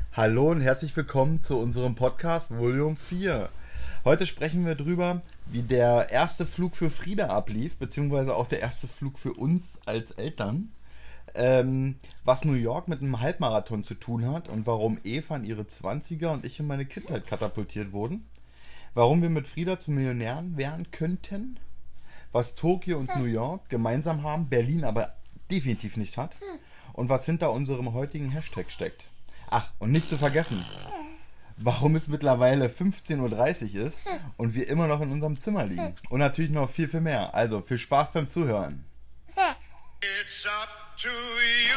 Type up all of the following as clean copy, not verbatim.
Hallo und herzlich willkommen zu unserem Podcast Volume 4. Heute sprechen wir drüber, wie der erste Flug für Frieda ablief, beziehungsweise auch der erste Flug für uns als Eltern. Was New York mit einem Halbmarathon zu tun hat und warum Eva in ihre 20er und ich in meine Kindheit katapultiert wurden. Warum wir mit Frieda zu Millionären werden könnten. Was Tokio und New York gemeinsam haben, Berlin aber definitiv nicht hat. Und was hinter unserem heutigen Hashtag steckt. Ach, und nicht zu vergessen, warum es mittlerweile 15:30 Uhr ist und wir immer noch in unserem Zimmer liegen. Und natürlich noch viel, viel mehr. Also, viel Spaß beim Zuhören. It's up to you,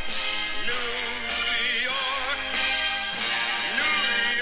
New York, New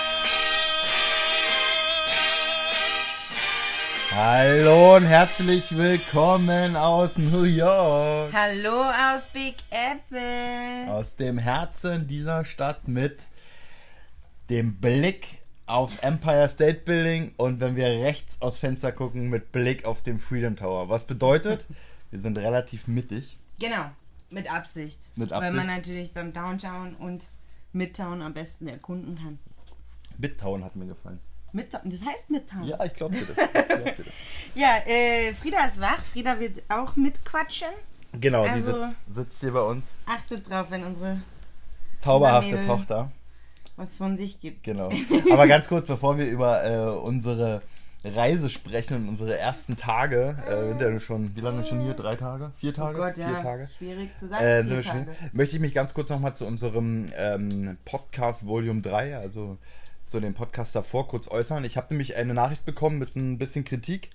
York. Hallo und herzlich willkommen aus New York. Hallo aus Big Apple. Aus dem Herzen dieser Stadt mit dem Blick aufs Empire State Building und wenn wir rechts aufs Fenster gucken, mit Blick auf den Freedom Tower. Was bedeutet, wir sind relativ mittig. Genau, mit Absicht. Mit Absicht. Weil man natürlich dann Downtown und Midtown am besten erkunden kann. Midtown hat mir gefallen. Midtown, das heißt Midtown. Ja, ich glaube dir das. Ja, Frieda ist wach. Frieda wird auch mitquatschen. Genau, Also- die sitzt hier bei uns. Achtet drauf, wenn unsere Zauberhafte Mädel. Tochter. was von sich gibt. Genau. Aber ganz kurz, bevor wir über unsere Reise sprechen und unsere ersten Tage, sind ja schon, wie lange schon hier? 3 Tage? 4 Tage? Oh Gott, 4 ja. Tage? Schwierig zu sagen. 4 Tage. Möchte ich mich ganz kurz nochmal zu unserem Podcast Volume 3, also zu dem Podcast davor, kurz äußern. Ich habe nämlich eine Nachricht bekommen mit ein bisschen Kritik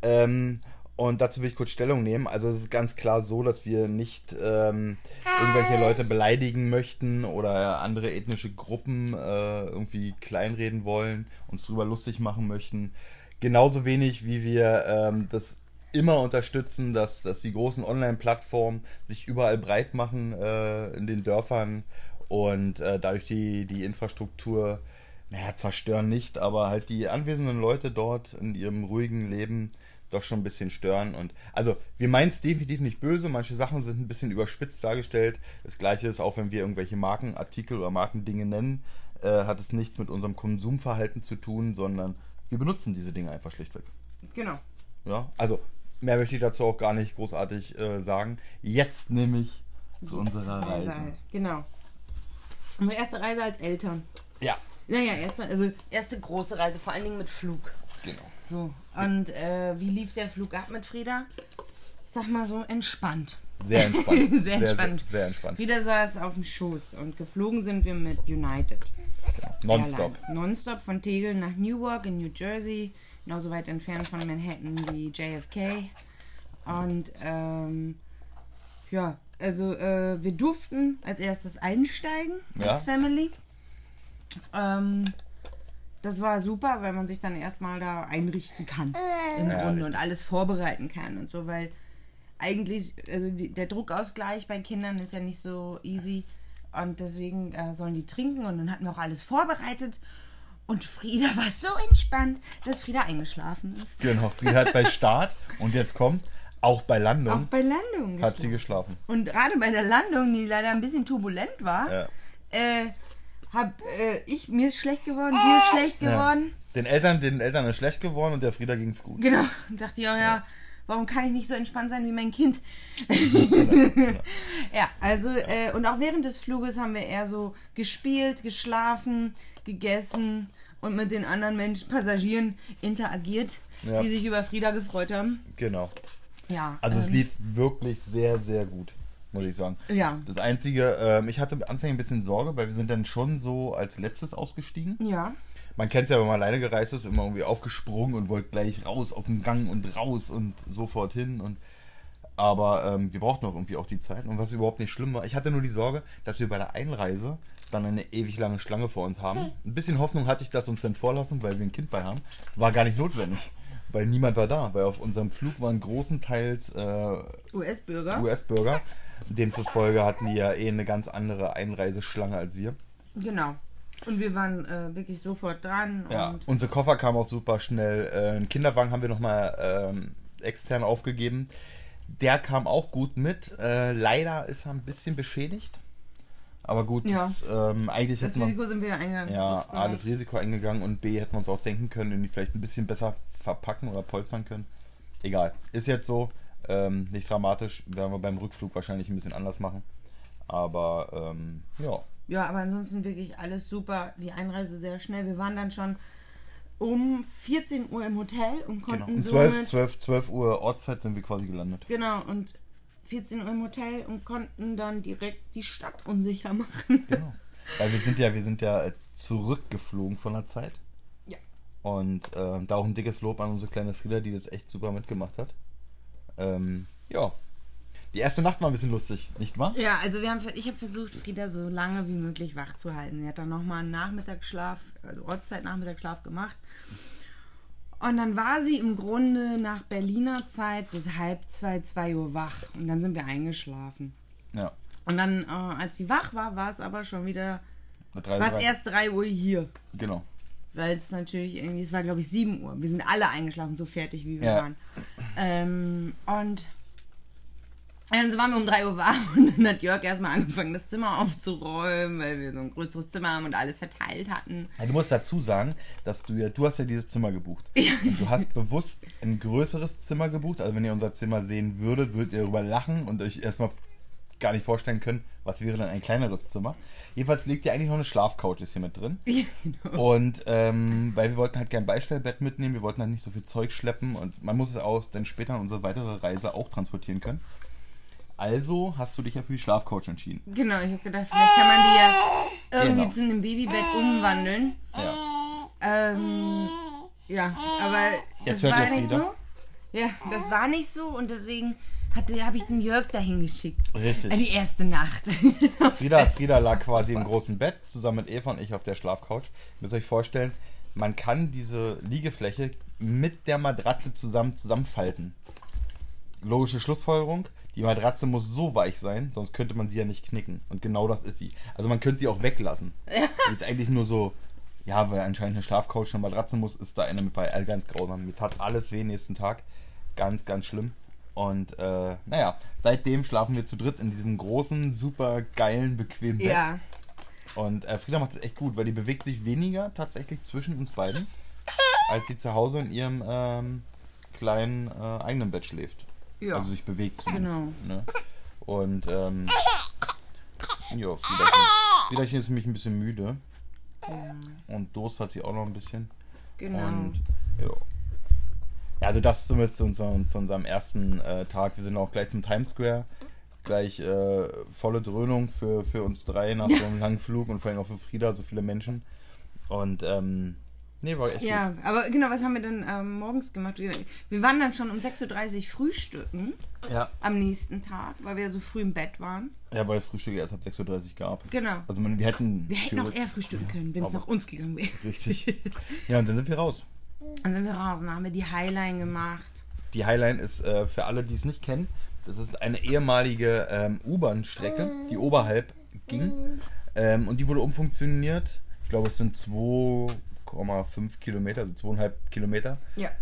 und dazu will ich kurz Stellung nehmen. Also es ist ganz klar so, dass wir nicht irgendwelche Leute beleidigen möchten oder andere ethnische Gruppen irgendwie kleinreden wollen, uns drüber lustig machen möchten. Genauso wenig wie wir das immer unterstützen, dass die großen Online-Plattformen sich überall breit machen in den Dörfern und dadurch die Infrastruktur, zerstören nicht, aber halt die anwesenden Leute dort in ihrem ruhigen Leben doch schon ein bisschen stören. Und also wir meinen es definitiv nicht böse, manche Sachen sind ein bisschen überspitzt dargestellt. Das gleiche ist auch, wenn wir irgendwelche Markenartikel oder Markendinge nennen, hat es nichts mit unserem Konsumverhalten zu tun, sondern wir benutzen diese Dinge einfach schlichtweg. Genau. Ja, also mehr möchte ich dazu auch gar nicht großartig sagen. Jetzt nämlich zu unserer Reise. Genau. Unsere erste Reise als Eltern. Ja, Naja, erste große Reise, vor allen Dingen mit Flug. genau. So, und wie lief der Flug ab mit Frieda? Ich sag mal so, entspannt. Sehr entspannt. Sehr entspannt. Sehr entspannt. Frieda saß auf dem Schoß und geflogen sind wir mit United Nonstop. Airlines. Nonstop von Tegel nach Newark in New Jersey. Genauso weit entfernt von Manhattan wie JFK. Und wir durften als erstes einsteigen Ja. als Family. Das war super, weil man sich dann erstmal da einrichten kann im Ja, Grunde und alles vorbereiten kann und so, weil eigentlich, also der Druckausgleich bei Kindern ist ja nicht so easy und deswegen sollen die trinken und dann hatten wir auch alles vorbereitet und Frieda war so entspannt, dass Frieda eingeschlafen ist. Genau, Frieda hat bei Start und jetzt kommt, auch bei Landung, Auch bei Landung hat sie geschlafen. Und gerade bei der Landung, die leider ein bisschen turbulent war, Ja. mir ist schlecht geworden, dir ist schlecht geworden. Den Eltern ist schlecht geworden und der Frieda ging's gut. Genau, und dachte ich auch, ja, warum kann ich nicht so entspannt sein wie mein Kind? Ja, also, und auch während des Fluges haben wir eher so gespielt, geschlafen, gegessen und mit den anderen Passagieren interagiert, Ja. die sich über Frieda gefreut haben. Genau. Ja. Also es lief wirklich sehr, sehr gut, muss ich sagen. Ja. Das Einzige, ich hatte am Anfang ein bisschen Sorge, weil wir sind dann schon so als letztes ausgestiegen. Ja. Man kennt es ja, wenn man alleine gereist ist, immer irgendwie aufgesprungen und wollte gleich raus auf den Gang und raus und sofort hin. Aber wir brauchten auch irgendwie auch die Zeit. Und was überhaupt nicht schlimm war, ich hatte nur die Sorge, dass wir bei der Einreise dann eine ewig lange Schlange vor uns haben. Ein bisschen Hoffnung hatte ich, dass uns dann vorlassen, weil wir ein Kind bei haben. War gar nicht notwendig, weil niemand war da. Weil auf unserem Flug waren großenteils US-Bürger. Demzufolge hatten die ja eine ganz andere Einreiseschlange als wir. Genau. Und wir waren wirklich sofort dran. Ja, Und unsere Koffer kamen auch super schnell. Einen Kinderwagen haben wir nochmal extern aufgegeben. Der kam auch gut mit. Leider ist er ein bisschen beschädigt. Aber gut, Ja. das, eigentlich Das hätten wir Risiko uns, sind wir eingegangen. ja, Wussten A, das nicht. Risiko eingegangen und B, hätten wir uns auch denken können, wenn die vielleicht ein bisschen besser verpacken oder polstern können. Egal, ist jetzt so, nicht dramatisch, werden wir beim Rückflug wahrscheinlich ein bisschen anders machen. Aber, ja. Ja, aber ansonsten wirklich alles super. Die Einreise sehr schnell. Wir waren dann schon um 14 Uhr im Hotel und Genau. konnten Um somit... 12 Uhr Ortszeit sind wir quasi gelandet. Genau, und 14 Uhr im Hotel und konnten dann direkt die Stadt unsicher machen. Genau. Weil wir sind ja zurückgeflogen von der Zeit. Ja. Und da auch ein dickes Lob an unsere kleine Frieda, die das echt super mitgemacht hat. Ja. Die erste Nacht war ein bisschen lustig, nicht wahr? Ja, also ich habe versucht, Frieda so lange wie möglich wach zu halten. Sie hat dann nochmal einen Nachmittagsschlaf, also Ortszeit-Nachmittagsschlaf gemacht. Und dann war sie im Grunde nach Berliner Zeit bis 1:30, 2 Uhr wach. Und dann sind wir eingeschlafen. Ja. Und dann, als sie wach war, war es aber schon wieder, Mit war es erst 3 Uhr hier. Genau. Weil es natürlich irgendwie, es war glaube ich 7 Uhr. Wir sind alle eingeschlafen, so fertig wie wir Ja. waren. Und dann waren wir um 3 Uhr wach und dann hat Jörg erstmal angefangen, das Zimmer aufzuräumen, weil wir so ein größeres Zimmer haben und alles verteilt hatten. Ja, du musst dazu sagen, dass du hast ja dieses Zimmer gebucht. Und du hast bewusst ein größeres Zimmer gebucht. Also wenn ihr unser Zimmer sehen würdet, würdet ihr darüber lachen und euch erstmal gar nicht vorstellen können, was wäre dann ein kleineres Zimmer. Jedenfalls liegt ja eigentlich noch eine Schlafcouch ist hier mit drin. Ja, genau. Und weil wir wollten halt kein Beistellbett mitnehmen, wir wollten halt nicht so viel Zeug schleppen und man muss es auch dann später in unsere weitere Reise auch transportieren können. Also hast du dich ja für die Schlafcouch entschieden. Genau, ich habe gedacht, vielleicht kann man die ja irgendwie Genau. zu einem Babybett umwandeln. Ja. Ja, aber Jetzt das hört war ihr nicht Frieda. so. Ja, das war nicht so und deswegen habe ich den Jörg dahin geschickt. Richtig. Die erste Nacht. Frieda lag quasi im großen Bett, zusammen mit Eva und ich auf der Schlafcouch. Ihr müsst euch vorstellen, man kann diese Liegefläche mit der Matratze zusammenfalten. Logische Schlussfolgerung, die Matratze muss so weich sein, sonst könnte man sie ja nicht knicken. Und genau das ist sie. Also man könnte sie auch weglassen. Die ist eigentlich nur so, ja, weil anscheinend eine Schlafcouch eine Matratze muss, ist da eine mit bei. Also ganz grausam. Mir tat alles weh nächsten Tag. Ganz, ganz schlimm. Und naja, seitdem schlafen wir zu dritt in diesem großen, super geilen, bequemen Bett. Ja. Und Frieda macht es echt gut, weil die bewegt sich weniger tatsächlich zwischen uns beiden, als sie zu Hause in ihrem kleinen eigenen Bett schläft. Ja. Also sich bewegt. Genau. Ne? Und ja, Friederchen ist nämlich ein bisschen müde. Ja, Und Durst hat sie auch noch ein bisschen. genau. Und ja. Ja, also das somit zu unserem ersten Tag. Wir sind auch gleich zum Times Square. Gleich volle Dröhnung für uns drei nach so einem langen Flug und vor allem auch für Frieda, so viele Menschen. Und nee, war echt Ja, gut. aber genau, was haben wir denn morgens gemacht? Wir waren dann schon um 6:30 Uhr frühstücken Ja. am nächsten Tag, weil wir so früh im Bett waren. Ja, weil Frühstück erst ab 6:30 Uhr gab. Genau. Also wir hätten auch eher frühstücken können, wenn es aber- nach uns gegangen wäre. Richtig. Ja, und dann sind wir raus. Dann sind wir raus und dann haben wir die Highline gemacht. Die Highline ist für alle, die es nicht kennen, das ist eine ehemalige U-Bahn-Strecke, die oberhalb ging. Und die wurde umfunktioniert. Ich glaube, es sind 2,5 Kilometer, also 2,5 Kilometer. Ja.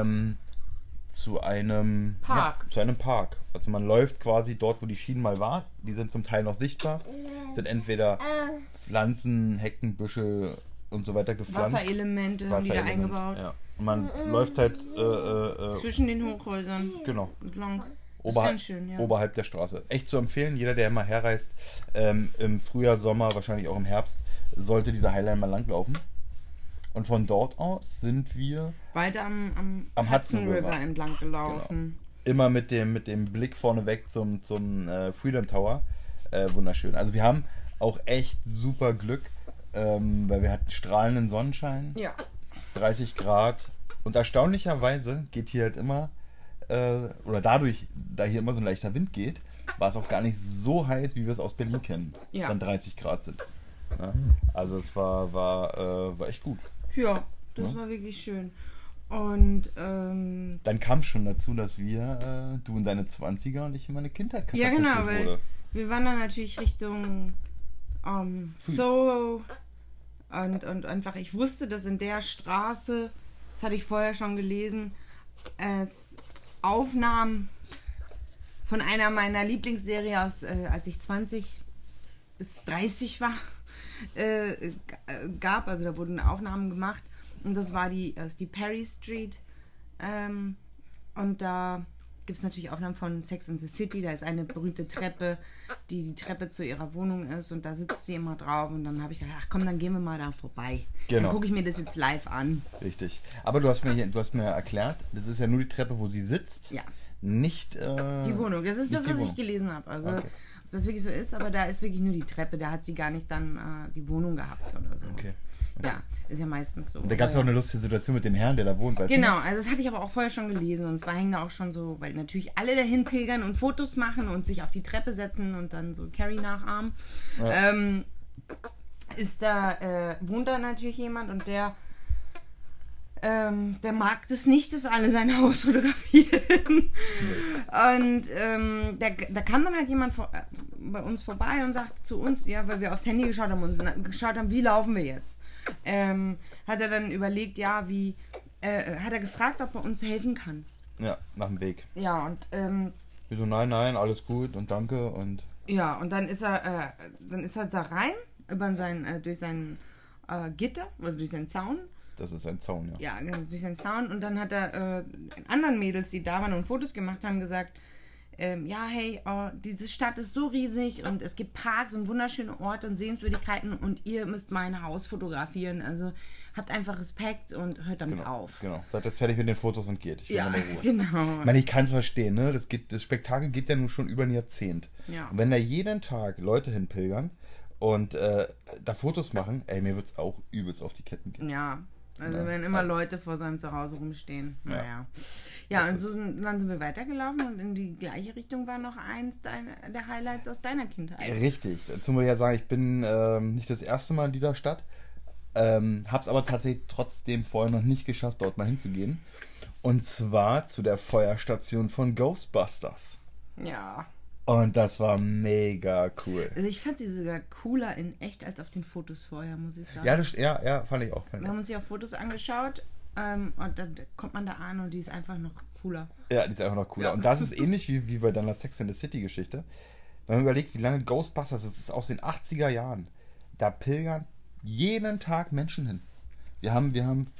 Zu einem Park. Ja, zu einem Park. Also man läuft quasi dort, wo die Schienen mal waren. Die sind zum Teil noch sichtbar. Sind entweder Pflanzen, Hecken, Büsche und so weiter gepflanzt. Wasserelemente haben die da Wasserelemente, eingebaut. Ja. Und man läuft halt Zwischen den Hochhäusern. genau. Entlang. Ist Oberhalb, ganz schön, ja. oberhalb der Straße. Echt zu empfehlen, jeder, der immer herreist, im Frühjahr, Sommer, wahrscheinlich auch im Herbst, sollte diese Highline mal langlaufen. Und von dort aus sind wir Weiter am Am Hudson River. entlang gelaufen. immer mit dem Blick vorneweg zum Freedom Tower. Wunderschön. Also wir haben auch echt super Glück, weil wir hatten strahlenden Sonnenschein, Ja. 30 Grad. Und erstaunlicherweise geht hier halt immer, oder dadurch, da hier immer so ein leichter Wind geht, war es auch gar nicht so heiß, wie wir es aus Berlin kennen, Ja. wenn 30 Grad sind. Ja? Also es war echt gut. Ja, das war wirklich schön. Und Dann kam schon dazu, dass wir, du in deine 20er und ich in meine Kindheit ja, genau, katapultiert weil wurde. wir waren dann natürlich Richtung Soho und einfach, ich wusste, dass in der Straße, das hatte ich vorher schon gelesen, es Aufnahmen von einer meiner Lieblingsserien aus, als ich 20 bis 30 war, gab. Also da wurden Aufnahmen gemacht. Und das ist die Perry Street. Und da gibt es natürlich Aufnahmen von Sex and the City. Da ist eine berühmte Treppe, die Treppe zu ihrer Wohnung ist. Und da sitzt sie immer drauf. Und dann habe ich gedacht, ach komm, dann gehen wir mal da vorbei. Genau. Dann gucke ich mir das jetzt live an. Richtig. Aber du hast mir erklärt, das ist ja nur die Treppe, wo sie sitzt. Ja. Nicht Die Wohnung. Das ist nicht das, die was Wohnung. ich gelesen habe. Also, Okay. ob das wirklich so ist, aber da ist wirklich nur die Treppe. Da hat sie gar nicht dann die Wohnung gehabt oder so. Okay. Ja, ist ja meistens so. Und da gab es auch eine lustige Situation mit dem Herrn, der da wohnt, weißt Genau, also das hatte ich aber auch vorher schon gelesen und es war hängt da auch schon so, weil natürlich alle dahin pilgern und Fotos machen und sich auf die Treppe setzen und dann so Carrie nachahmen. Ja. Wohnt da natürlich jemand und der mag das nicht, dass alle sein Haus fotografieren. Und da kam dann halt jemand bei uns vorbei und sagte zu uns, ja, weil wir aufs Handy geschaut haben und geschaut haben, wie laufen wir jetzt. Hat er dann überlegt, ja, hat er gefragt, ob er uns helfen kann. Ja, nach dem Weg. Ja, und Wir so, nein, alles gut und danke und... ja, und dann ist er da rein, durch sein Gitter oder durch seinen Zaun. Das ist ein Zaun, ja. Ja, genau, durch seinen Zaun. Und dann hat er anderen Mädels, die da waren und Fotos gemacht haben, gesagt, ja, hey, diese Stadt ist so riesig und es gibt Parks und wunderschöne Orte und Sehenswürdigkeiten und ihr müsst mein Haus fotografieren. Also habt einfach Respekt und hört damit auf. Genau, seid jetzt fertig mit den Fotos und geht. Ich will Ja, meine Ruhe. genau. Ich meine, ich kann es verstehen, ne? Das Spektakel geht ja nun schon über ein Jahrzehnt. Ja. Und wenn da jeden Tag Leute hinpilgern und da Fotos machen, ey, mir wird es auch übelst auf die Ketten gehen. Ja, also Ja. wenn immer Leute vor seinem Zuhause rumstehen. Naja. Ja, und dann sind wir weitergelaufen und in die gleiche Richtung war noch eins der Highlights aus deiner Kindheit. Richtig. Dazu muss ich ja sagen, ich bin nicht das erste Mal in dieser Stadt. Hab's aber tatsächlich trotzdem vorher noch nicht geschafft, dort mal hinzugehen. Und zwar zu der Feuerstation von Ghostbusters. Ja. Und das war mega cool. Also ich fand sie sogar cooler in echt als auf den Fotos vorher, muss ich sagen. Ja, fand ich auch. Wir haben uns ja Fotos angeschaut und dann kommt man da an und die ist einfach noch cooler. Ja, die ist einfach noch cooler. Ja. Und das ist ähnlich wie bei deiner Sex and the City Geschichte. Wenn man überlegt, wie lange Ghostbusters, das ist aus den 80er Jahren, da pilgern jeden Tag Menschen hin. Wir haben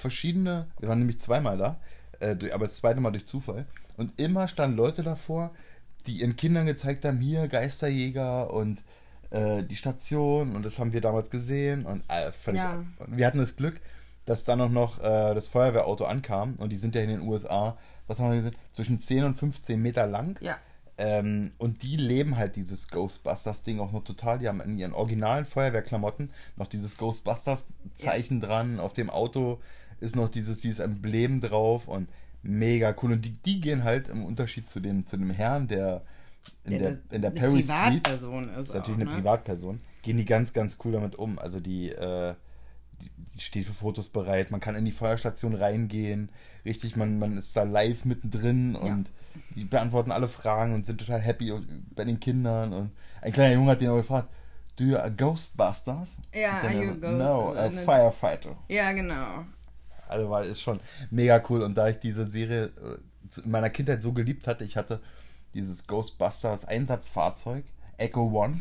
wir waren nämlich zweimal da, aber das zweite Mal durch Zufall. Und immer standen Leute davor, die ihren Kindern gezeigt haben, hier Geisterjäger und die Station und das haben wir damals gesehen und Ja. wir hatten das Glück, dass dann auch noch das Feuerwehrauto ankam und die sind ja in den USA, was haben wir gesehen, zwischen 10 und 15 Meter lang. Ja. Und die leben halt dieses Ghostbusters-Ding auch noch total. Die haben in ihren originalen Feuerwehrklamotten noch dieses Ghostbusters-Zeichen dran. Auf dem Auto ist noch dieses Emblem drauf und mega cool. Und die gehen halt im Unterschied zu dem Herrn, der in der Perry Street, Privatperson ist natürlich auch, eine Privatperson, gehen die ganz, ganz cool damit um. Also die steht für Fotos bereit, man kann in die Feuerstation reingehen, richtig, man ist da live mittendrin und die beantworten alle Fragen und sind total happy bei den Kindern und ein kleiner Junge hat den auch gefragt, do you are Ghostbusters? Ja, Und dann are you so, ghost- no, a firefighter. Ja, genau. Also weil ist schon mega cool und da ich diese Serie in meiner Kindheit so geliebt hatte, ich hatte dieses Ghostbusters Einsatzfahrzeug Echo One.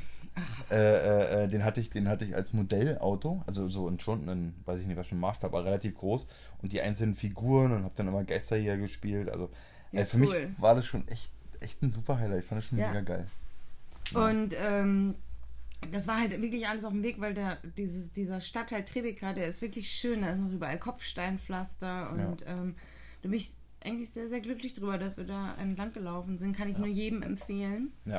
Den hatte ich als Modellauto, also so schon ein, weiß ich nicht, was schon Maßstab, aber relativ groß und die einzelnen Figuren und habe dann immer Geisterjäger gespielt. Also Ja, für mich cool. war das schon echt ein super Highlight. Ich fand das schon Ja. mega geil. Und das war halt wirklich alles auf dem Weg, weil dieser Stadtteil Tribeca, der ist wirklich schön. Da ist noch überall Kopfsteinpflaster und da bin ich eigentlich sehr, sehr glücklich drüber, dass wir da entlang gelaufen sind. Kann ich nur jedem empfehlen. Ja.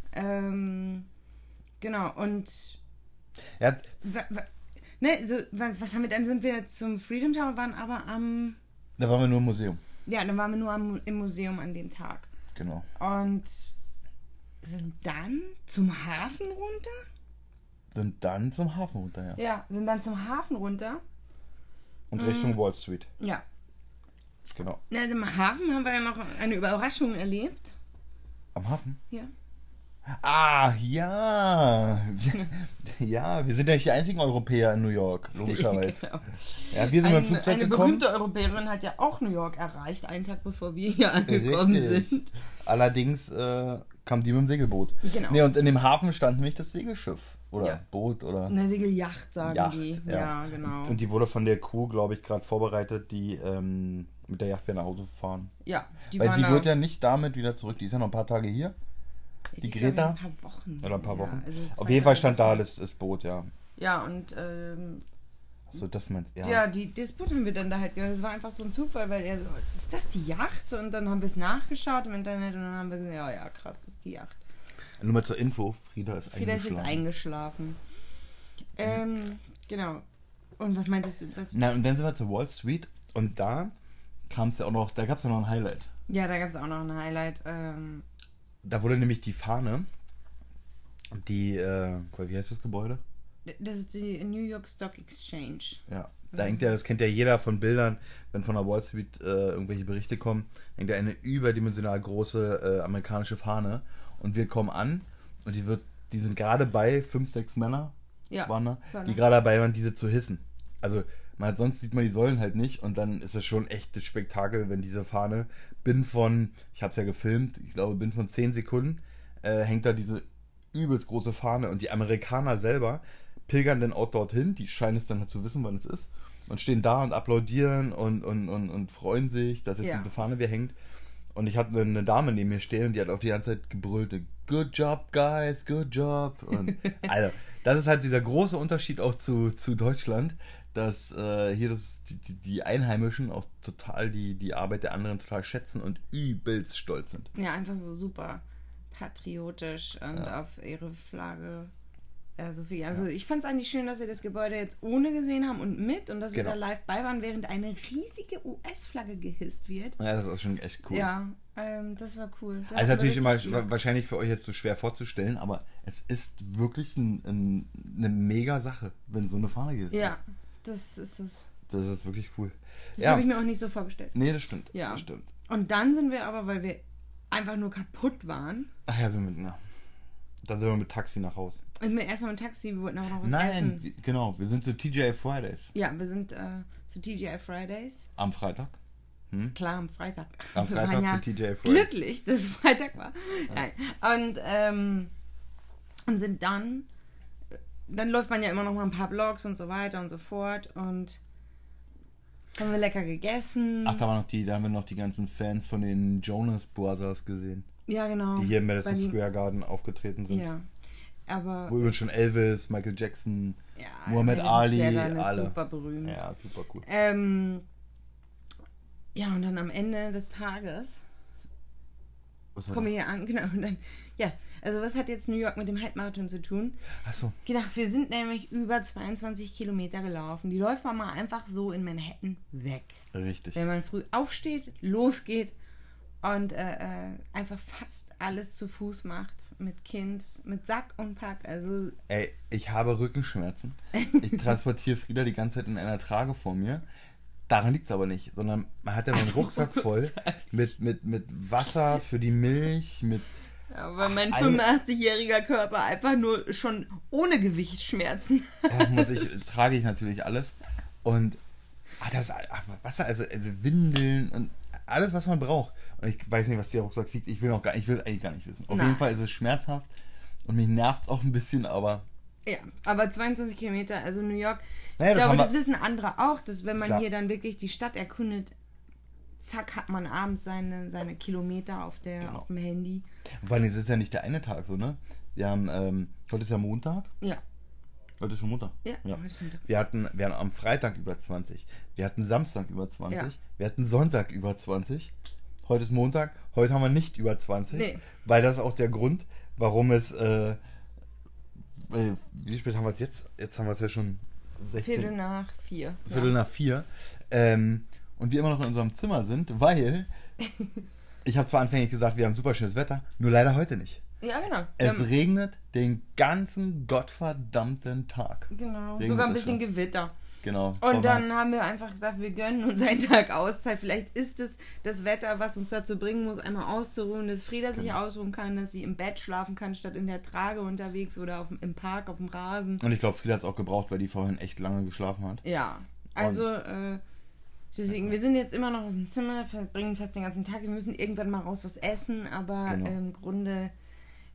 Genau, und Ja, was haben wir dann? Sind wir zum Freedom Tower, waren aber da waren wir nur im Museum. ja, dann waren wir nur im Museum an dem Tag. Genau. Und sind dann zum Hafen runter? Sind dann zum Hafen runter, ja. Ja, sind dann zum Hafen runter. Und Richtung Wall Street. Ja. Genau. Na, im Hafen haben wir ja noch eine Überraschung erlebt. Am Hafen? Ja. Ah, ja. Ja, wir sind ja nicht die einzigen Europäer in New York, logischerweise. Genau. Ja, wir sind mit dem Flugzeug eine gekommen. berühmte Europäerin hat ja auch New York erreicht, einen Tag bevor wir hier angekommen Richtig. sind. Allerdings kam die mit dem Segelboot. Genau. Nee, und in dem Hafen stand nämlich das Segelschiff. Oder Ja. Boot oder Eine Segelyacht, sagen Yacht. die. Ja, genau. Und die wurde von der Crew, glaube ich, gerade vorbereitet, die mit der Yacht wieder nach Hause fahren. Ja, die Weil waren sie da, wird ja nicht damit wieder zurück. Die ist ja noch ein paar Tage hier. Die ich Greta. glaube, ein paar Wochen. Oder ein paar Ja, Wochen. also Auf 2, jeden Fall 3 stand da Wochen. das Boot, ja. Ja, und So, das meinst ja. ja, das Boot haben wir dann da halt gehört. Es war einfach so ein Zufall, weil er so, ist das die Yacht? Und dann haben wir es nachgeschaut im Internet und dann haben wir gesagt, ja, krass, das ist die Yacht. Nur mal zur Info, Frieda ist Frieda ist jetzt eingeschlafen. Genau. Und was meintest du? Na, und dann sind wir zur Wall Street und da kam es ja auch noch, da gab es ja noch ein Highlight. Ja, da gab es auch noch ein Highlight. Da wurde nämlich die Fahne, die, wie heißt das Gebäude? Das ist die New York Stock Exchange. Ja, da hängt ja, das kennt ja jeder von Bildern, wenn von der Wall Street irgendwelche Berichte kommen, hängt ja eine überdimensional große amerikanische Fahne und wir kommen an und die sind gerade bei 5, 6 Männer, Ja, waren da, waren die da. gerade dabei waren, diese zu hissen. Also sonst sieht man die Säulen halt nicht und dann ist es schon echt das Spektakel, wenn diese Fahne ich habe es ja gefilmt, ich glaube binnen von 10 Sekunden hängt da diese übelst große Fahne und die Amerikaner selber pilgern dann auch dorthin, die scheinen es dann halt zu wissen, wann es ist und stehen da und applaudieren und freuen sich, dass jetzt Ja. diese Fahne wieder hängt. Und ich hatte eine Dame neben mir stehen und die hat auch die ganze Zeit gebrüllt, good job, guys, good job. Und also, das ist halt dieser große Unterschied auch zu Deutschland, dass hier die Einheimischen auch total die Arbeit der anderen total schätzen und übelst stolz sind. Ja, einfach so super patriotisch und auf ihre Flagge. Sophie. Also ich fand es eigentlich schön, dass wir das Gebäude jetzt ohne gesehen haben und mit und dass wir Genau. da live bei waren, während eine riesige US-Flagge gehisst wird. Ja, das ist schon echt cool. Ja, das war cool. Das Also war natürlich richtig immer cool. wahrscheinlich für euch jetzt so schwer vorzustellen, aber es ist wirklich eine mega Sache, wenn so eine Fahne hier ist. Ja, das ist es. Das ist wirklich cool. Das Ja, habe ich mir auch nicht so vorgestellt. nee, das stimmt. Ja. Das stimmt. Und dann sind wir aber, weil wir einfach nur kaputt waren, Ach ja, dann sind wir mit Taxi nach Hause. sind wir erstmal im Taxi, wir wollten auch noch was Nein, essen. genau, wir sind zu TGI Fridays Ja, wir sind zu TGI Fridays. am Freitag. Klar, am Freitag. Am Wir waren Freitag ja zu TGI Fridays. glücklich, dass es Freitag war. Nein. Und sind dann läuft man ja immer noch mal ein paar Blogs und so weiter und so fort und haben wir lecker gegessen. Ach, da haben wir noch die ganzen Fans von den Jonas Brothers gesehen, Ja, genau. die hier im Madison Bei den- Square Garden aufgetreten sind. Ja, aber Wo übrigens schon Elvis, Michael Jackson, ja, Muhammad Madison Ali, Square Garden ist alle. super berühmt. Ja, super cool. Ja, und dann am Ende des Tages Was war kommen wir hier an, genau, und dann, ja, also was hat jetzt New York mit dem Halbmarathon zu tun? das? Achso, Genau, wir sind nämlich über 22 Kilometer gelaufen. Die läuft man mal einfach so in Manhattan weg. richtig. Wenn man früh aufsteht, losgeht und einfach fast alles zu Fuß macht, mit Kind, mit Sack und Pack, also Ey, ich habe Rückenschmerzen. Ich transportiere Frieda die ganze Zeit in einer Trage vor mir. Daran liegt es aber nicht, sondern man hat ja noch einen Rucksack voll mit Wasser für die Milch, mit aber mein eine- 85-jähriger Körper einfach nur schon ohne Gewichtsschmerzen. trage ich natürlich alles. Und Wasser, also Windeln und alles, was man braucht. Und ich weiß nicht, was der Rucksack wiegt. Ich will eigentlich gar nicht wissen. Auf Nein. jeden Fall ist es schmerzhaft und mich nervt es auch ein bisschen, aber Ja, aber 22 Kilometer, also New York, Naja, ich das glaube, haben wir- das wissen andere auch, dass wenn man Klar. hier dann wirklich die Stadt erkundet, zack, hat man abends seine Kilometer auf Genau. dem Handy. Weil es ist ja nicht der eine Tag so, ne? Wir haben, heute ist ja Montag. Ja, Heute ist schon Montag. ja, heute ist Montag. Wir hatten am Freitag über 20. Wir hatten Samstag über 20. Ja. Wir hatten Sonntag über 20. Heute ist Montag. Heute haben wir nicht über 20. Nee. Weil das ist auch der Grund, warum es, wie spät haben wir es jetzt? Jetzt haben wir es ja schon 16. Viertel nach 4. Viertel nach 4. Und wir immer noch in unserem Zimmer sind, weil ich habe zwar anfänglich gesagt, wir haben super schönes Wetter, nur leider heute nicht. Ja, genau. Es regnet den ganzen gottverdammten Tag. Genau, regnet sogar ein es bisschen schon. Gewitter. Genau. Und dann haben wir einfach gesagt, wir gönnen uns einen Tag Auszeit. Vielleicht ist es das Wetter, was uns dazu bringen muss, einmal auszuruhen, dass Frieda sich Genau. ausruhen kann, dass sie im Bett schlafen kann, statt in der Trage unterwegs oder im Park, auf dem Rasen. Und ich glaube, Frieda hat es auch gebraucht, weil die vorhin echt lange geschlafen hat. Ja, also deswegen, wir sind jetzt immer noch auf dem Zimmer, verbringen fast den ganzen Tag. Wir müssen irgendwann mal raus was essen, aber Genau. im Grunde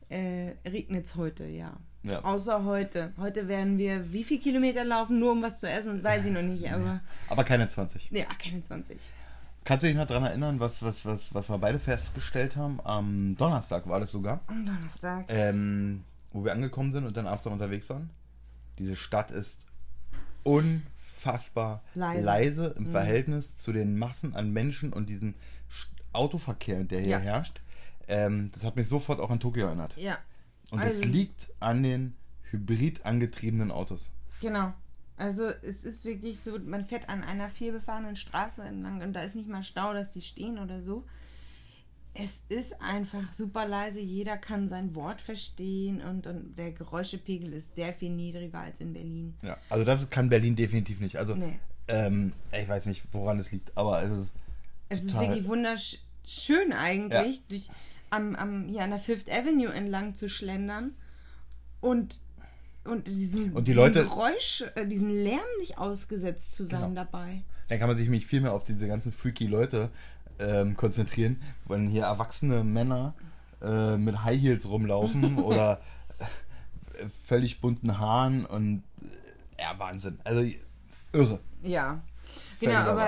regnet es heute, ja. Ja. Außer heute. Heute werden wir wie viel Kilometer laufen, nur um was zu essen, das weiß ich noch nicht, aber... Aber keine 20. Ja, keine 20. Kannst du dich noch daran erinnern, was wir beide festgestellt haben? Am Donnerstag war das sogar. Am Donnerstag. Wo wir angekommen sind und dann abends noch unterwegs waren. Diese Stadt ist unfassbar leise im Verhältnis zu den Massen an Menschen und diesem Autoverkehr, der hier herrscht. Das hat mich sofort auch an Tokio erinnert. Ja. Und es liegt an den hybrid angetriebenen Autos. Genau. Also es ist wirklich so, man fährt an einer vielbefahrenen Straße entlang und da ist nicht mal Stau, dass die stehen oder so. Es ist einfach super leise, jeder kann sein Wort verstehen und der Geräuschepegel ist sehr viel niedriger als in Berlin. Ja, also das kann Berlin definitiv nicht. Also Nee. ich weiß nicht, woran es liegt, aber Es ist wirklich wunderschön eigentlich, hier an der Fifth Avenue entlang zu schlendern und diesen Geräusch, diesen Lärm nicht ausgesetzt zu sein dabei. Dann kann man sich nämlich viel mehr auf diese ganzen freaky Leute konzentrieren, wenn hier erwachsene Männer mit High Heels rumlaufen oder völlig bunten Haaren und Wahnsinn. Also irre. Ja, genau, aber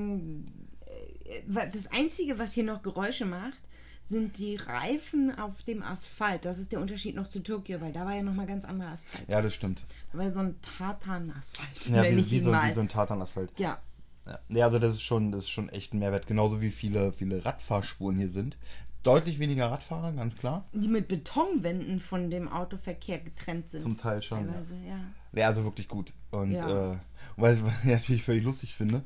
das Einzige, was hier noch Geräusche macht, sind die Reifen auf dem Asphalt. Das ist der Unterschied noch zu Tokio, weil da war ja nochmal ganz anderer Asphalt. Ja, das stimmt. Da war so ein Tartan-Asphalt. Ja, wie so ein Tartan-Asphalt. Ja. Ja, also das ist schon echt ein Mehrwert. Genauso wie viele Radfahrspuren hier sind. Deutlich weniger Radfahrer, ganz klar. Die mit Betonwänden von dem Autoverkehr getrennt sind. Zum Teil schon. Teilweise, ja. Ja, also wirklich gut. Und was ich natürlich völlig lustig finde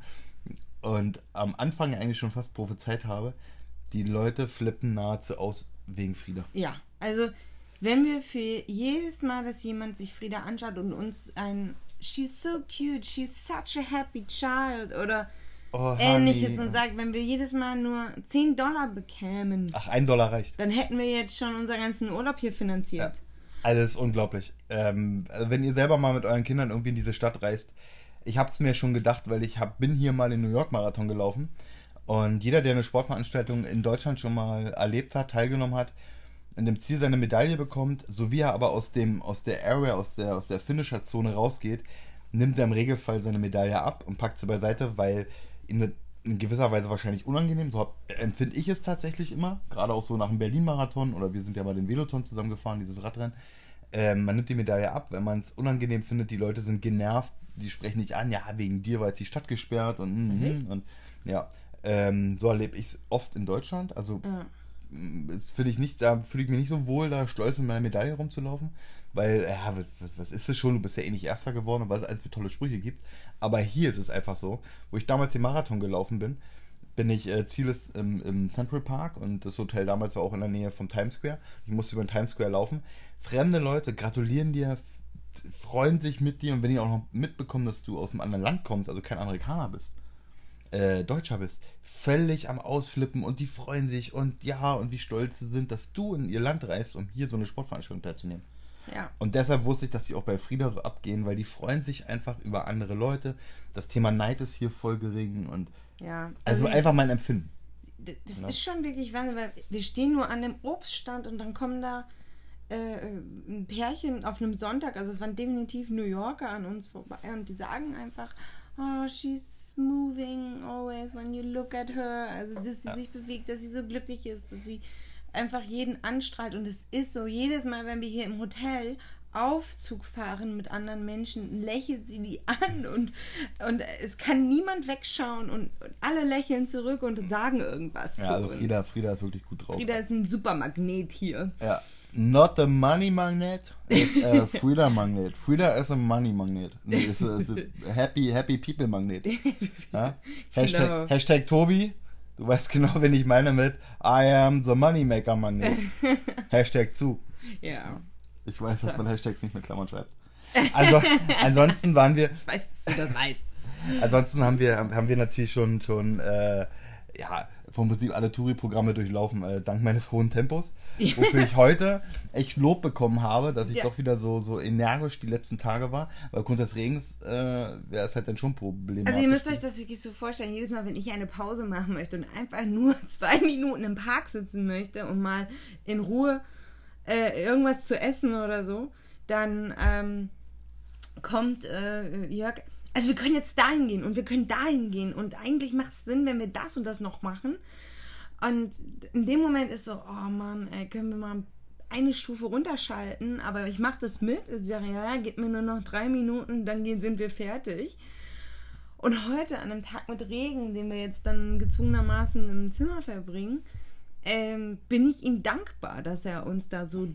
und am Anfang eigentlich schon fast prophezeit habe, die Leute flippen nahezu aus wegen Frieda. Ja, also wenn wir für jedes Mal, dass jemand sich Frieda anschaut und uns ein "She's so cute, she's such a happy child" oder Ähnliches und sagt, wenn wir jedes Mal nur $10 bekämen. Ach, $1 reicht. Dann hätten wir jetzt schon unseren ganzen Urlaub hier finanziert. Ja. Also das ist unglaublich. Also wenn ihr selber mal mit euren Kindern irgendwie in diese Stadt reist, ich habe es mir schon gedacht, weil ich bin hier mal den New York Marathon gelaufen und jeder, der eine Sportveranstaltung in Deutschland schon mal erlebt hat, teilgenommen hat, in dem Ziel seine Medaille bekommt, so wie er aber aus der Area, aus der Finisher-Zone rausgeht, nimmt er im Regelfall seine Medaille ab und packt sie beiseite, weil ihm in gewisser Weise wahrscheinlich unangenehm, so empfinde ich es tatsächlich immer, gerade auch so nach dem Berlin-Marathon oder wir sind ja mal den Veloton zusammengefahren, dieses Radrennen, man nimmt die Medaille ab, wenn man es unangenehm findet, die Leute sind genervt, die sprechen nicht an, ja, wegen dir war jetzt die Stadt gesperrt und ja, so erlebe ich es oft in Deutschland, also fühle ich mich nicht so wohl, da stolz mit meiner Medaille rumzulaufen, weil, was ist es schon, du bist ja eh nicht Erster geworden und was es alles für tolle Sprüche gibt, aber hier ist es einfach so, wo ich damals den Marathon gelaufen bin ich, Ziel ist im Central Park und das Hotel damals war auch in der Nähe vom Times Square, ich musste über den Times Square laufen, fremde Leute gratulieren dir, freuen sich mit dir und wenn die auch noch mitbekommen, dass du aus einem anderen Land kommst, also kein Amerikaner bist, Deutscher bist, völlig am Ausflippen und die freuen sich und wie stolz sie sind, dass du in ihr Land reist, um hier so eine Sportveranstaltung teilzunehmen. Ja. Und deshalb wusste ich, dass die auch bei Frieda so abgehen, weil die freuen sich einfach über andere Leute. Das Thema Neid ist hier voll gering und also einfach mein Empfinden. Das ist schon wirklich Wahnsinn, weil wir stehen nur an dem Obststand und dann kommen da ein Pärchen auf einem Sonntag, also es waren definitiv New Yorker an uns vorbei und die sagen einfach, oh, she's moving always when you look at her, also dass sie sich bewegt, dass sie so glücklich ist, dass sie einfach jeden anstrahlt und es ist so, jedes Mal, wenn wir hier im Hotel Aufzug fahren mit anderen Menschen, lächelt sie die an und es kann niemand wegschauen und alle lächeln zurück und sagen irgendwas. Ja, also Frieda ist wirklich gut drauf. Frieda ist ein super Magnet hier. Ja. Not a money magnet, it's a Frieda magnet. Frieda is a money magnet. Nee, it's a happy people magnet. Ja? Hashtag Tobi, du weißt genau, wen ich meine mit I am the moneymaker magnet. Hashtag zu. Ja. Ich weiß, dass man Hashtags nicht mit Klammern schreibt. Also, ansonsten waren wir... Ich weiß, dass du das weißt. Ansonsten haben wir natürlich schon vom Prinzip alle Touri-Programme durchlaufen, dank meines hohen Tempos. Wofür ich heute echt Lob bekommen habe, dass ich doch wieder so energisch die letzten Tage war. Weil aufgrund des Regens wäre es halt dann schon ein Problem. Also ihr müsst euch das wirklich so vorstellen, jedes Mal, wenn ich eine Pause machen möchte und einfach nur 2 Minuten im Park sitzen möchte und mal in Ruhe irgendwas zu essen oder so, dann kommt Jörg, also wir können jetzt dahin gehen und wir können dahin gehen und eigentlich macht es Sinn, wenn wir das und das noch machen. Und in dem Moment ist so, oh Mann, ey, können wir mal eine Stufe runterschalten, aber ich mache das mit. Ich sage, ja, gib mir nur noch 3 Minuten, dann sind wir fertig. Und heute, an einem Tag mit Regen, den wir jetzt dann gezwungenermaßen im Zimmer verbringen, bin ich ihm dankbar, dass er uns da so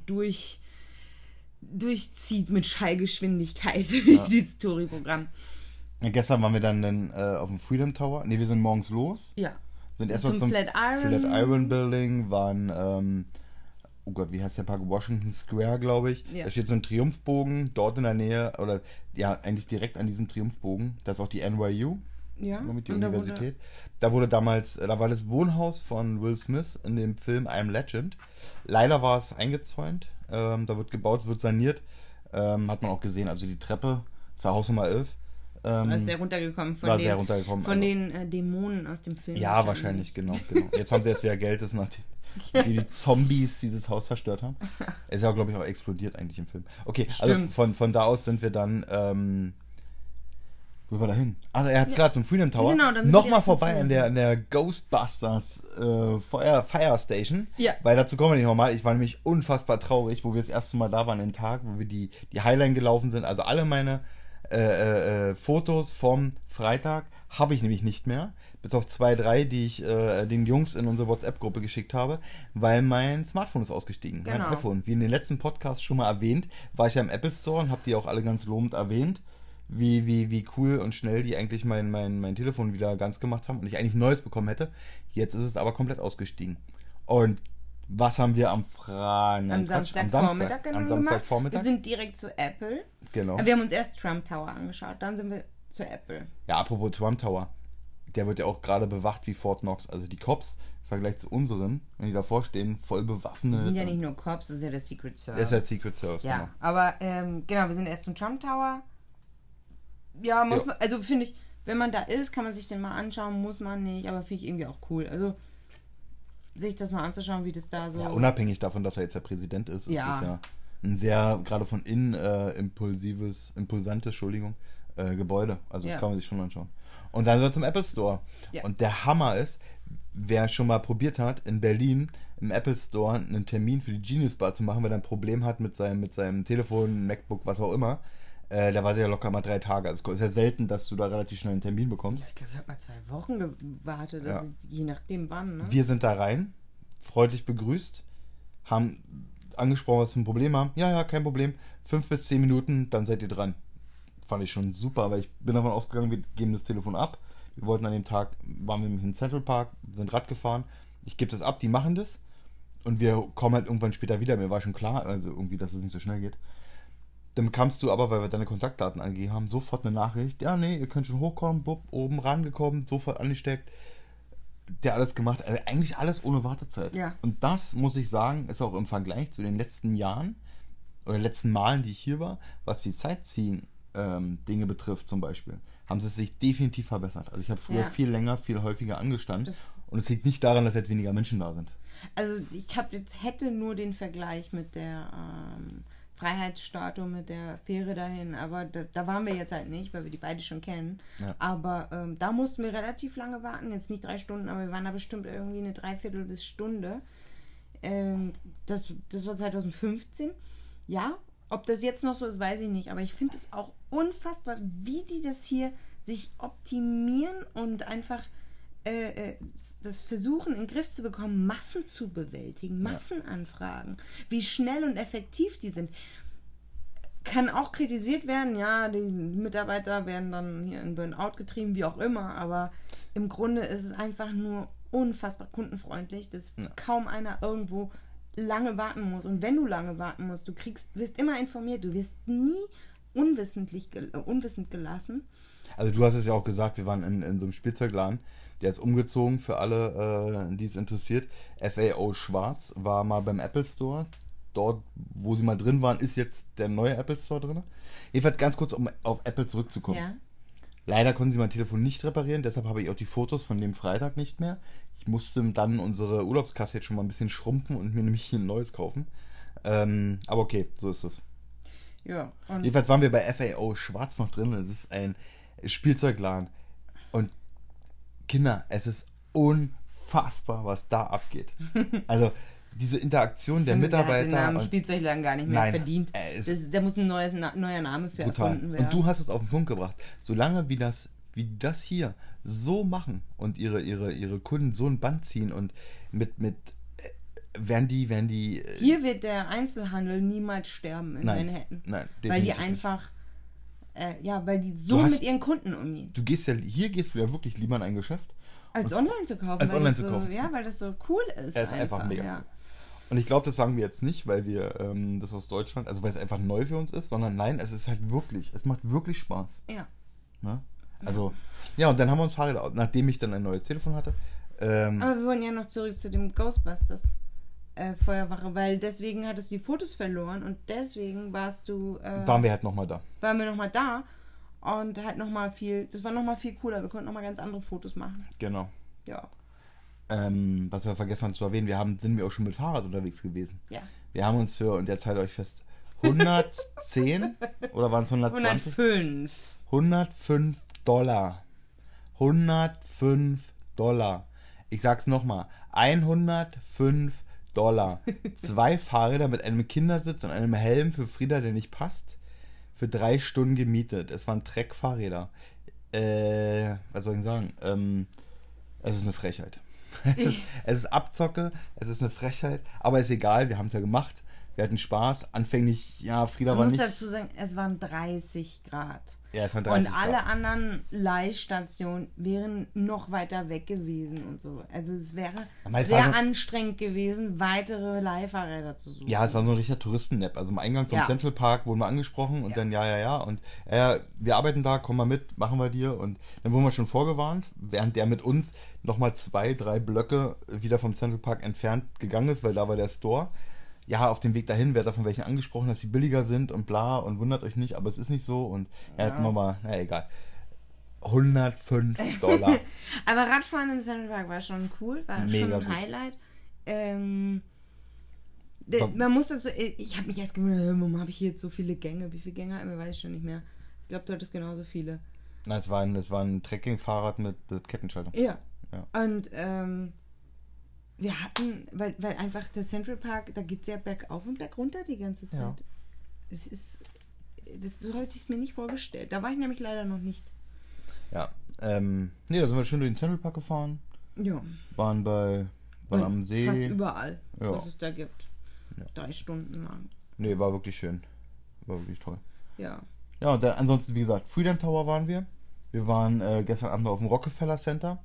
durchzieht mit Schallgeschwindigkeit, dieses Touri-Programm. Ja, gestern waren wir dann auf dem Freedom Tower. Ne, wir sind morgens los. Ja. Sind erstmal zum Flatiron Building, waren, oh Gott, wie heißt der Park? Washington Square, glaube ich. Ja. Da steht so ein Triumphbogen, dort in der Nähe, oder ja, eigentlich direkt an diesem Triumphbogen. Da ist auch die NYU, Ja. die Und Universität. Da war das Wohnhaus von Will Smith in dem Film I Am Legend. Leider war es eingezäunt, da wird gebaut, es wird saniert. Hat man auch gesehen, also die Treppe zur Hausnummer 11. ist sehr runtergekommen von den Dämonen aus dem Film. Ja, wahrscheinlich, genau. Jetzt haben sie jetzt wieder Geld, das nachdem die Zombies dieses Haus zerstört haben. Es ist ja, glaube ich, auch explodiert eigentlich im Film. Okay, Stimmt. also von da aus sind wir dann, wo war da hin? Also er hat klar zum Freedom Tower. Genau, dann sind wir nochmal direkt zum vorbei Freedom. an der Ghostbusters Fire Station. Ja. Weil dazu kommen wir nicht nochmal. Ich war nämlich unfassbar traurig, wo wir das erste Mal da waren, den Tag, wo wir die Highline gelaufen sind. Also alle meine Fotos vom Freitag habe ich nämlich nicht mehr. Bis auf 2, 3, die ich den Jungs in unsere WhatsApp-Gruppe geschickt habe, weil mein Smartphone ist ausgestiegen. Genau. Mein iPhone. Wie in den letzten Podcasts schon mal erwähnt, war ich ja im Apple Store und habe die auch alle ganz lobend erwähnt, wie cool und schnell die eigentlich mein Telefon wieder ganz gemacht haben und ich eigentlich ein neues bekommen hätte. Jetzt ist es aber komplett ausgestiegen. Und was haben wir am Samstagvormittag gemacht? Wir sind direkt zu Apple. Genau. Wir haben uns erst Trump Tower angeschaut, dann sind wir zu Apple. Ja, apropos Trump Tower. Der wird ja auch gerade bewacht wie Fort Knox. Also die Cops im Vergleich zu unseren, wenn die davor stehen, voll bewaffnet. Das sind ja nicht nur Cops, das ist ja der Secret Service. Das ist ja Secret Service, ja, genau. aber genau, wir sind erst zum Trump Tower. Ja, manchmal, also finde ich, wenn man da ist, kann man sich den mal anschauen, muss man nicht, aber finde ich irgendwie auch cool. Also sich das mal anzuschauen, wie das da so... Ja, unabhängig davon, dass er jetzt der Präsident ist, ist es ja ein sehr, gerade von innen impulsantes, Gebäude. Also das kann man sich schon anschauen. Und dann sind wir zum Apple Store. Ja. Und der Hammer ist, wer schon mal probiert hat, in Berlin im Apple Store einen Termin für die Genius Bar zu machen, weil er ein Problem hat mit seinem Telefon, MacBook, was auch immer, der wartet ja locker mal 3 Tage. Also es ist ja selten, dass du da relativ schnell einen Termin bekommst. Ich glaube, ich habe mal 2 Wochen gewartet, also je nachdem wann. Ne? Wir sind da rein, freundlich begrüßt, haben angesprochen, was wir ein Problem haben. Ja, kein Problem. 5 bis 10 Minuten, dann seid ihr dran. Fand ich schon super, weil ich bin davon ausgegangen, wir geben das Telefon ab. Wir wollten an dem Tag, waren wir im Central Park, sind Rad gefahren. Ich gebe das ab, die machen das. Und wir kommen halt irgendwann später wieder. Mir war schon klar, also irgendwie, dass es nicht so schnell geht. Dann kamst du aber, weil wir deine Kontaktdaten angegeben haben, sofort eine Nachricht. Ja, nee, ihr könnt schon hochkommen, bupp, oben rangekommen, sofort angesteckt. Der alles gemacht. Also eigentlich alles ohne Wartezeit. Ja. Und das, muss ich sagen, ist auch im Vergleich zu den letzten Jahren oder letzten Malen, die ich hier war, was die Sightseeing-Dinge betrifft zum Beispiel, haben sie sich definitiv verbessert. Also ich habe früher viel länger, viel häufiger angestanden. Und es liegt nicht daran, dass jetzt weniger Menschen da sind. Also ich hätte nur den Vergleich mit der Freiheitsstatue, mit der Fähre dahin, aber da waren wir jetzt halt nicht, weil wir die beide schon kennen. Ja. Aber da mussten wir relativ lange warten, jetzt nicht 3 Stunden, aber wir waren da bestimmt irgendwie eine Dreiviertel bis Stunde. Das war 2015. Ja, ob das jetzt noch so ist, weiß ich nicht, aber ich finde es auch unfassbar, wie die das hier sich optimieren und einfach das versuchen in den Griff zu bekommen, Massen zu bewältigen, Massenanfragen, wie schnell und effektiv die sind. Kann auch kritisiert werden, ja, die Mitarbeiter werden dann hier in Burnout getrieben, wie auch immer, aber im Grunde ist es einfach nur unfassbar kundenfreundlich, dass kaum einer irgendwo lange warten muss. Und wenn du lange warten musst, wirst immer informiert, du wirst nie unwissend gelassen. Also du hast es ja auch gesagt, wir waren in so einem Spielzeugladen, der ist umgezogen für alle, die es interessiert. FAO Schwarz war mal beim Apple Store. Dort, wo sie mal drin waren, ist jetzt der neue Apple Store drin. Jedenfalls ganz kurz, um auf Apple zurückzukommen. Ja. Leider konnten sie mein Telefon nicht reparieren, deshalb habe ich auch die Fotos von dem Freitag nicht mehr. Ich musste dann unsere Urlaubskasse jetzt schon mal ein bisschen schrumpfen und mir nämlich hier ein neues kaufen. Aber okay, so ist es. Ja, und Jedenfalls waren wir bei FAO Schwarz noch drin. Es ist ein Spielzeugladen. Und Kinder, es ist unfassbar, was da abgeht. Also diese Interaktion der der hat den Mitarbeiter. Namen und Spielzeugladen gar nicht mehr Nein, verdient. Da muss ein neuer Name für brutal. erfunden werden. Und du hast es auf den Punkt gebracht. Solange wie das hier so machen und ihre Kunden so ein Band ziehen und werden die Hier wird der Einzelhandel niemals sterben in Manhattan. Nein, weil die definitiv einfach, weil die so Du hast- mit ihren Kunden umgehen. hier gehst du ja wirklich lieber in ein Geschäft. Als online zu kaufen. Als weil online das zu so, kaufen. Ja, weil das so cool ist. Er ist einfach mega ja. cool. Und ich glaube, das sagen wir jetzt nicht, weil wir das aus Deutschland, also weil es einfach neu für uns ist, sondern nein, es ist halt wirklich, es macht wirklich Spaß. Ja. Ne? Also, ja, und dann haben wir uns Fahrräder, nachdem ich dann ein neues Telefon hatte. Aber wir wollen ja noch zurück zu dem Ghostbusters Feuerwache, weil deswegen hattest du die Fotos verloren und deswegen waren wir halt nochmal da. waren wir nochmal da und halt das war nochmal viel cooler, wir konnten nochmal ganz andere Fotos machen. Genau. Ja. Was wir vergessen haben zu erwähnen, sind wir auch schon mit Fahrrad unterwegs gewesen. Ja. Wir haben uns und jetzt haltet euch fest, 110 oder waren es 120? 105. 105 $. 105 $. Ich sag's nochmal. 105 $. 2 Fahrräder mit einem Kindersitz und einem Helm für Frieda, der nicht passt. Für 3 Stunden gemietet. Es waren Treck-Fahrräder. Was soll ich sagen? Es ist eine Frechheit. Es ist Abzocke, es ist eine Frechheit, aber ist egal, wir haben es ja gemacht. Wir hatten Spaß. Anfänglich, ja, Frieda Man war muss nicht... dazu sagen, es waren 30 Grad. Ja, es waren 30 Und alle Grad. anderen Leihstationen wären noch weiter weg gewesen und so. Also es wäre Aber es sehr war so- anstrengend gewesen, weitere Leihfahrräder zu suchen. Ja, es war so ein richtiger Touristen-Nap. Also am Eingang vom Ja. Central Park wurden wir angesprochen und Ja. dann ja. Und wir arbeiten da, komm mal mit, machen wir dir. Und dann wurden wir schon vorgewarnt, während der mit uns nochmal 2, 3 Blöcke wieder vom Central Park entfernt gegangen ist, weil da war der Store. Ja, auf dem Weg dahin wird er von welchen angesprochen, dass sie billiger sind und bla und wundert euch nicht, aber es ist nicht so und er hat mal, egal. 105 $. Aber Radfahren im Central Park war schon cool, war Mega schon ein gut. Highlight. Man muss dazu, ich habe mich erst gewundert, warum habe ich hier jetzt so viele Gänge? Wie viele Gänge hatten wir, weiß ich schon nicht mehr. Ich glaube, du hattest genauso viele. Nein, es war ein Trekking-Fahrrad mit Kettenschaltung. Ja. Ja. Und wir hatten, weil einfach der Central Park, da geht es ja bergauf und bergunter die ganze Zeit. Ja. So habe ich es mir nicht vorgestellt. Da war ich nämlich leider noch nicht. Ja. Da sind wir schön durch den Central Park gefahren. Ja. Waren am See. Fast überall, Ja. was es da gibt. Ja. 3 Stunden lang. Nee, war wirklich schön. War wirklich toll. Ja. Ja, und dann, ansonsten, wie gesagt, Freedom Tower waren wir. Wir waren gestern Abend auf dem Rockefeller Center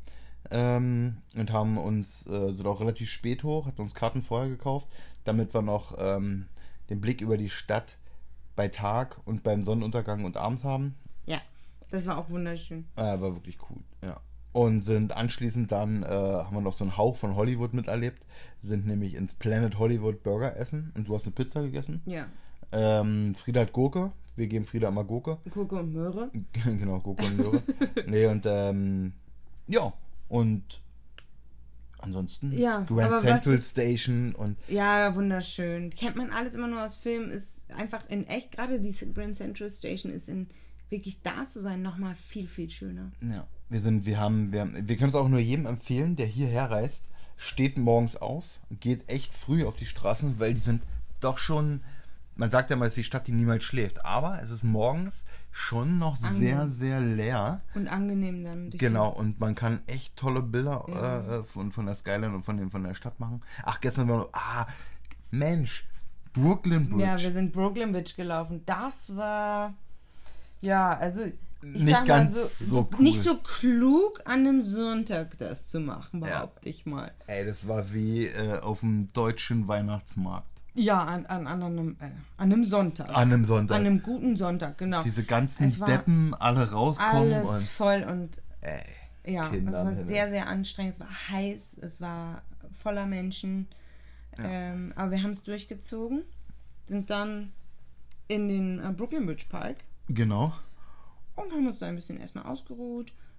und haben uns, sind auch relativ spät hoch, hatten uns Karten vorher gekauft, damit wir noch den Blick über die Stadt bei Tag und beim Sonnenuntergang und abends haben. Ja, das war auch wunderschön. War wirklich cool, ja. Und sind anschließend dann, haben wir noch so einen Hauch von Hollywood miterlebt, sind nämlich ins Planet Hollywood Burger essen und du hast eine Pizza gegessen. Ja. Frieda hat Gurke, wir geben Frieda immer Gurke. Gurke und Möhre. Genau, Gurke und Möhre. Nee, und ja, und ansonsten Ja, Grand aber was Central ist- Station und Ja, wunderschön. Kennt man alles immer nur aus Filmen, ist einfach in echt, gerade die Grand Central Station ist wirklich da zu sein, nochmal viel, viel schöner. ja, wir können es auch nur jedem empfehlen, der hierher reist, steht morgens auf, geht echt früh auf die Straßen, weil die sind doch schon, man sagt ja mal, es ist die Stadt, die niemals schläft, aber es ist morgens schon noch sehr, sehr leer. Und angenehm dann. durch Genau, und man kann echt tolle Bilder von der Skyline und von der Stadt machen. Ach, gestern war noch, Mensch, Brooklyn die- Bridge. Ja, wir sind Brooklyn Bridge gelaufen. Das war, ja, also ich Nicht sag mal ganz so cool. nicht so klug an einem Sonntag das zu machen, behaupte ich mal. Ey, das war wie auf dem deutschen Weihnachtsmarkt. Ja, an einem Sonntag. An einem Sonntag. An einem guten Sonntag, genau. Diese ganzen Es war Deppen alle rauskommen alles und voll und ja, es Kinder am war Himmel. sehr, sehr anstrengend. Es war heiß, es war voller Menschen. Aber wir haben es durchgezogen, sind dann in den Brooklyn Bridge Park genau. und haben uns da ein bisschen erstmal ausgeruht.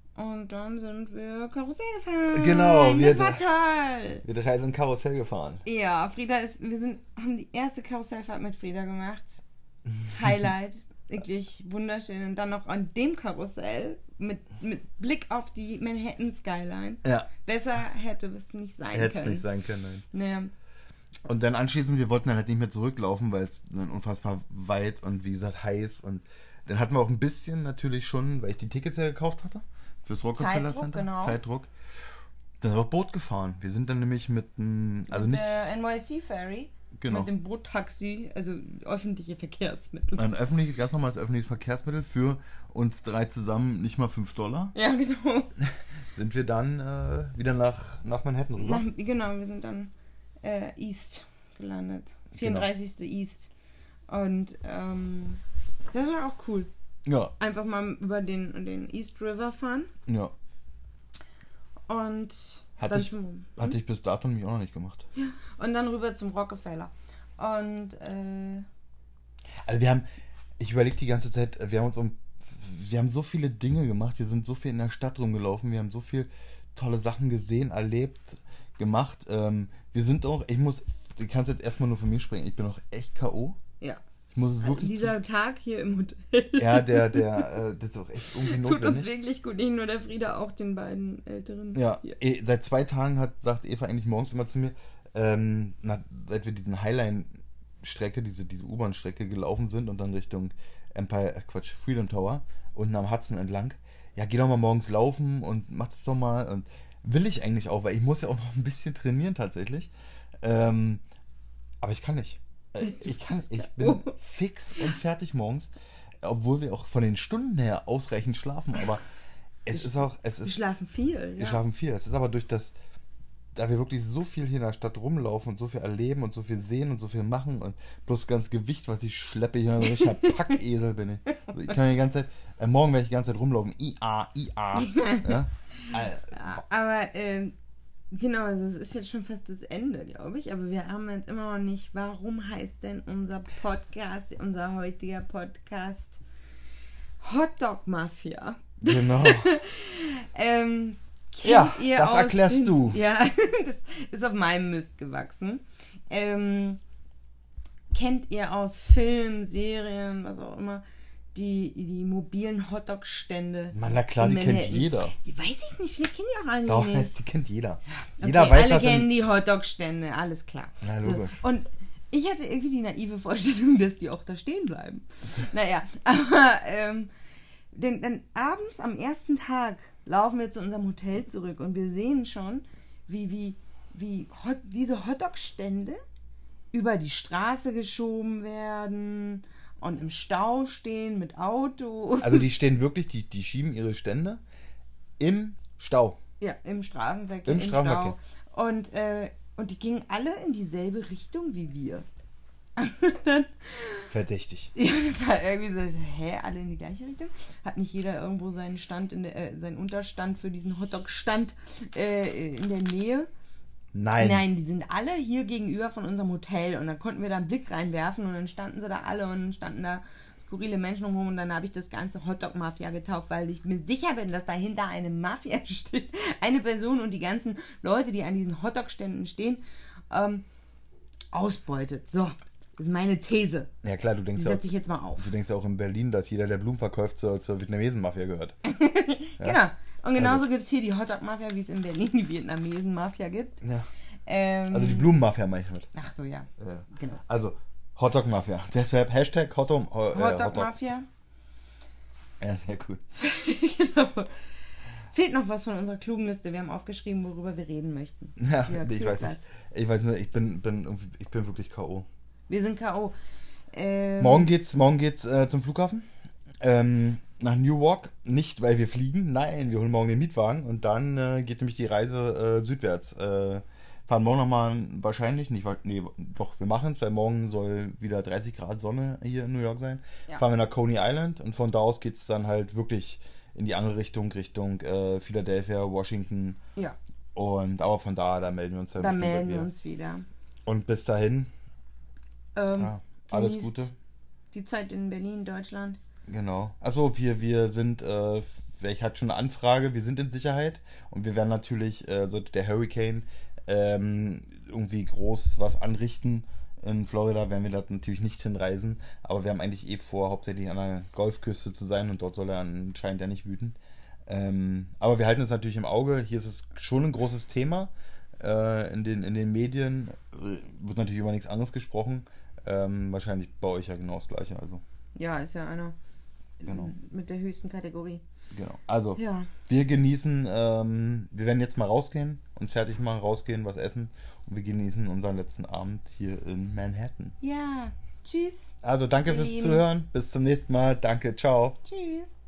Und dann sind wir Karussell gefahren. Genau, das war toll. Wir 3 sind Karussell gefahren. Ja, haben die erste Karussellfahrt mit Frieda gemacht. Highlight. Wirklich wunderschön. Und dann noch an dem Karussell mit Blick auf die Manhattan Skyline. Ja. Besser hätte es nicht sein Hätte es können. nicht sein können, nein. Naja. Und dann anschließend, wir wollten dann halt nicht mehr zurücklaufen, weil es dann unfassbar weit und wie gesagt heiß. Und dann hatten wir auch ein bisschen natürlich schon, weil ich die Tickets ja gekauft hatte, fürs Rockefeller Zeitdruck, Center. genau. Zeitdruck. Dann sind wir Boot gefahren. Wir sind dann nämlich mit einem, also nicht Der NYC Ferry. Genau. Mit dem Boottaxi, also öffentliche Verkehrsmittel. ein öffentliches, ganz normales öffentliches Verkehrsmittel für uns 3 zusammen, nicht mal $5. Ja, genau. Sind wir dann wieder nach Manhattan rüber. Genau, wir sind dann East gelandet. Genau. 34. East. Und das war auch cool. Ja, Einfach mal über den East River fahren. ja. Und Hatte ich bis dato nämlich auch noch nicht gemacht. und dann rüber zum Rockefeller. Und Also ich überlege die ganze Zeit, wir haben so viele Dinge gemacht, wir sind so viel in der Stadt rumgelaufen, wir haben so viel tolle Sachen gesehen, erlebt, gemacht. Wir sind auch, du kannst jetzt erstmal nur von mir sprechen, ich bin auch echt K.O. ja. Ich muss es wirklich Dieser Tag hier im Hotel ja, das ist auch echt irgendwie tut uns notwendig. wirklich gut. Nicht nur der Frieda, auch den beiden Älteren. Ja, hier. seit 2 Tagen sagt Eva eigentlich morgens immer zu mir, seit wir diesen Highline-Strecke, diese U-Bahn-Strecke gelaufen sind und dann Richtung Freedom Tower, unten am Hudson entlang, ja, geh doch mal morgens laufen und mach das doch mal. Und will ich eigentlich auch, weil ich muss ja auch noch ein bisschen trainieren tatsächlich. Aber ich kann nicht. Ich bin fix und fertig morgens, obwohl wir auch von den Stunden her ausreichend schlafen, aber wir schlafen viel. wir schlafen viel. Das ist aber da wir wirklich so viel hier in der Stadt rumlaufen und so viel erleben und so viel sehen und so viel machen und plus ganz Gewicht, was ich schleppe, hier ein richtiger Packesel bin ich. Also ich kann die ganze Zeit, morgen werde ich die ganze Zeit rumlaufen, IA. Ja? Aber genau, also es ist jetzt schon fast das Ende, glaube ich. Aber wir haben jetzt immer noch nicht, warum heißt denn unser heutiger Podcast Hotdog Mafia? Genau. Kennt Ja, ihr das erklärst du. Ja, das ist auf meinem Mist gewachsen. Kennt ihr aus Filmen, Serien, was auch immer, die mobilen Hotdog-Stände? Mann, na klar, in die kennt Manhattan? jeder. Die weiß ich nicht, vielleicht kennen die auch alle Doch, nicht. die kennt jeder. Okay, Jeder weiß, alle was kennen die Hotdog-Stände, alles klar. Na, logisch. So. Und ich hatte irgendwie die naive Vorstellung, dass die auch da stehen bleiben. Naja, aber dann abends am ersten Tag laufen wir zu unserem Hotel zurück und wir sehen schon, wie diese Hotdog-Stände über die Straße geschoben werden und im Stau stehen mit Auto. Also die stehen wirklich, die schieben ihre Stände im Stau. Ja, im Straßenverkehr. Im Straßenverkehr. Stau. Und die gingen alle in dieselbe Richtung wie wir. Verdächtig. Ja, das war irgendwie so, alle in die gleiche Richtung? Hat nicht jeder irgendwo seinen Stand seinen Unterstand für diesen Hotdog-Stand in der Nähe? Nein, die sind alle hier gegenüber von unserem Hotel und dann konnten wir da einen Blick reinwerfen und dann standen sie da alle und dann standen da skurrile Menschen rum und dann habe ich das ganze Hotdog-Mafia getauft, weil ich mir sicher bin, dass dahinter eine Mafia steht, eine Person und die ganzen Leute, die an diesen Hotdog-Ständen stehen, ausbeutet. So, das ist meine These. Ja klar, Die setze ich jetzt mal auf. Du denkst ja auch in Berlin, dass jeder, der Blumen verkauft, zur Vietnamesen-Mafia gehört. Genau. Und genauso Also- gibt es hier die Hotdog-Mafia, wie es in Berlin die Vietnamesen-Mafia gibt. Ja. Also die Blumenmafia meine ich mit. Ach so, ja. Genau. Also Hotdog-Mafia. Deshalb Hashtag Hotdog-Mafia. Ja, sehr cool. Genau. Fehlt noch was von unserer klugen Liste. Wir haben aufgeschrieben, worüber wir reden möchten. Ja, Ja, ich fehlt weiß was. nicht. Ich weiß nur, ich bin wirklich K.O. Wir sind K.O. Morgen geht's zum Flughafen. Nach Newark. Nicht, weil wir fliegen. Nein, wir holen morgen den Mietwagen. Und dann geht nämlich die Reise südwärts. Fahren morgen nochmal wahrscheinlich, wir machen es, weil morgen soll wieder 30 Grad Sonne hier in New York sein. Ja. Fahren wir nach Coney Island und von da aus geht's dann halt wirklich in die andere Richtung Philadelphia, Washington. Ja, Aber von da melden wir uns dann da bestimmt melden wir wieder. uns wieder. Und bis dahin, alles Genießt Gute. Die Zeit in Berlin, Deutschland. Genau. Achso, wir sind, ich hatte schon eine Anfrage, wir sind in Sicherheit und wir werden natürlich, sollte der Hurricane irgendwie groß was anrichten in Florida, werden wir da natürlich nicht hinreisen, aber wir haben eigentlich vor, hauptsächlich an der Golfküste zu sein und dort soll er anscheinend ja nicht wüten. Aber wir halten es natürlich im Auge, hier ist es schon ein großes Thema, in den Medien wird natürlich über nichts anderes gesprochen, wahrscheinlich bei euch ja genau das Gleiche, also. Ja, ist ja einer Genau. mit der höchsten Kategorie. Genau. Also, Ja. wir genießen, wir werden jetzt mal rausgehen, uns fertig machen, rausgehen, was essen und wir genießen unseren letzten Abend hier in Manhattan. Ja. Tschüss. Also, danke Ihr fürs Lieben. Zuhören. Bis zum nächsten Mal. Danke. Ciao. Tschüss.